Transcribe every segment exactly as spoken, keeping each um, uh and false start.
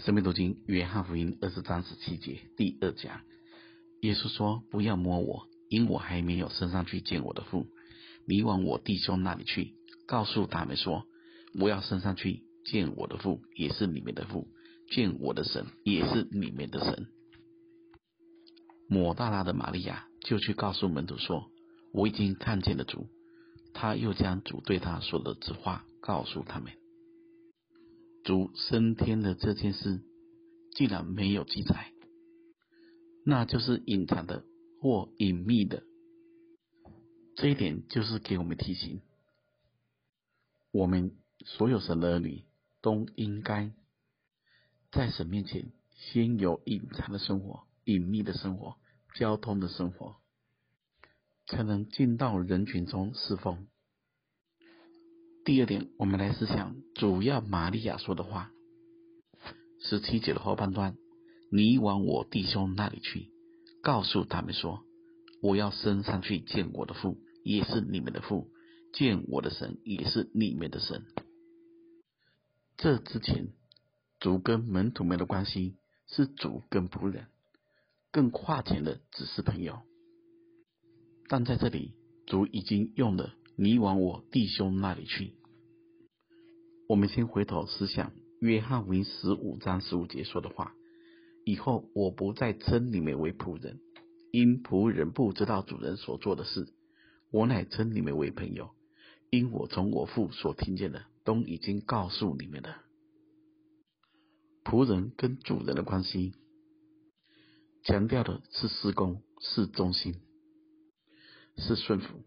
生命读经约翰福音二十章十七节第二讲，耶稣说：不要摸我，因我还没有升上去见我的父。你往我弟兄那里去，告诉他们说，我要升上去见我的父，也是你们的父，见我的神，也是你们的神。抹大拉的玛利亚就去告诉门徒说，我已经看见了主。他又将主对他说的这话告诉他们。主升天的这件事既然没有记载，那就是隐藏的或隐秘的。这一点就是给我们提醒，我们所有神的儿女都应该在神面前先有隐藏的生活、隐秘的生活、交通的生活，才能进到人群中侍奉。第二点，我们来思想主要玛利亚说的话。十七节的后半段，你往我弟兄那里去，告诉他们说，我要升上去见我的父，也是你们的父，见我的神，也是你们的神。这之前，主跟门徒们的关系是主跟仆人，更跨前的只是朋友。但在这里，主已经用了你往我弟兄那里去。我们先回头思想约翰福音十五章十五节说的话，以后我不再称你们为仆人，因仆人不知道主人所做的事，我乃称你们为朋友，因我从我父所听见的都已经告诉你们了。仆人跟主人的关系强调的是事工，是忠心，是顺服。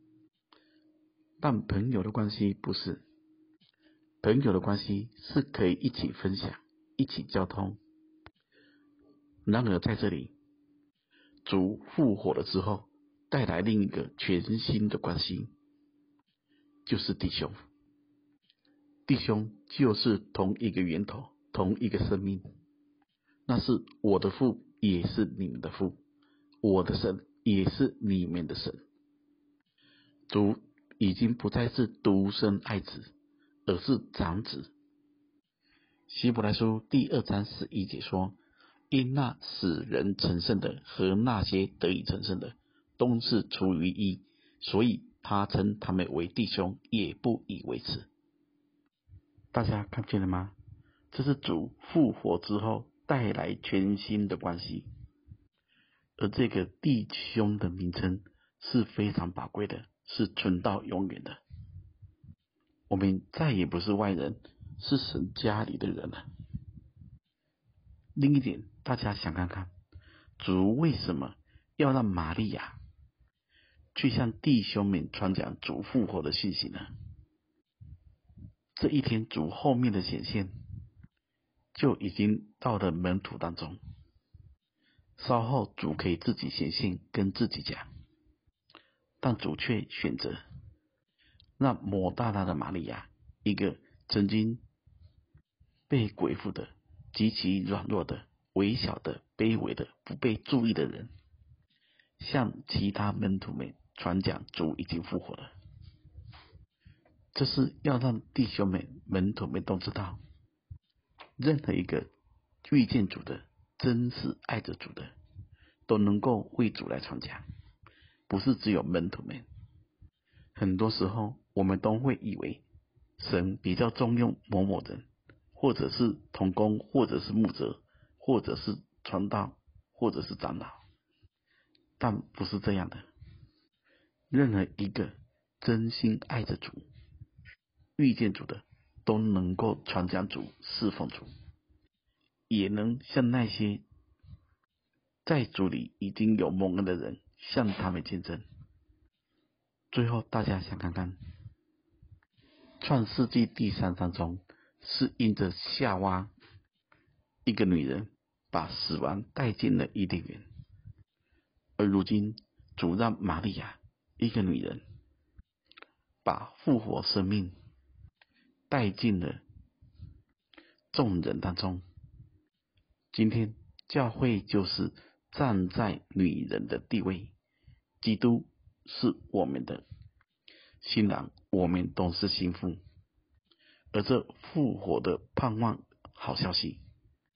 但朋友的关系不是，朋友的关系是可以一起分享，一起交通。然而在这里，主复活了之后，带来另一个全新的关系，就是弟兄。弟兄就是同一个源头，同一个生命，那是我的父，也是你们的父，我的神，也是你们的神。主已经不再是独生爱子，而是长子。希伯来书第二章十一节说，因那使人成圣的和那些得以成圣的都是出于一，所以他称他们为弟兄，也不以为耻。大家看见了吗？这是主复活之后带来全新的关系，而这个弟兄的名称是非常宝贵的，是存到永远的。我们再也不是外人，是神家里的人了。另一点，大家想看看，主为什么要让玛利亚去向弟兄们传讲主复活的信息呢？这一天主后面的显现就已经到了门徒当中，稍后主可以自己显现跟自己讲，但主却选择让抹大拉的玛利亚，一个曾经被鬼附的、极其软弱的、微小的、卑微的、不被注意的人，向其他门徒们传讲主已经复活了。这是要让弟兄们、门徒们都知道，任何一个遇见主的、真是爱着主的，都能够为主来传讲，不是只有门徒们。很多时候我们都会以为神比较重用某某人，或者是同工，或者是牧者，或者是传道，或者是长老，但不是这样的。任何一个真心爱着主、遇见主的，都能够传讲主、侍奉主，也能向那些在主里已经有蒙恩的人向他们见证。最后大家想看看，创世纪第三章中是因着夏娃一个女人把死亡带进了伊甸园，而如今主让玛利亚一个女人把复活生命带进了众人当中。今天教会就是站在女人的地位，基督是我们的新郎，我们都是新妇。而这复活的盼望好消息，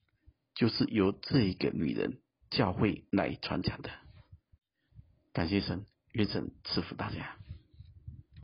就是由这一个女人教会来传讲的。感谢神，愿神赐福大家。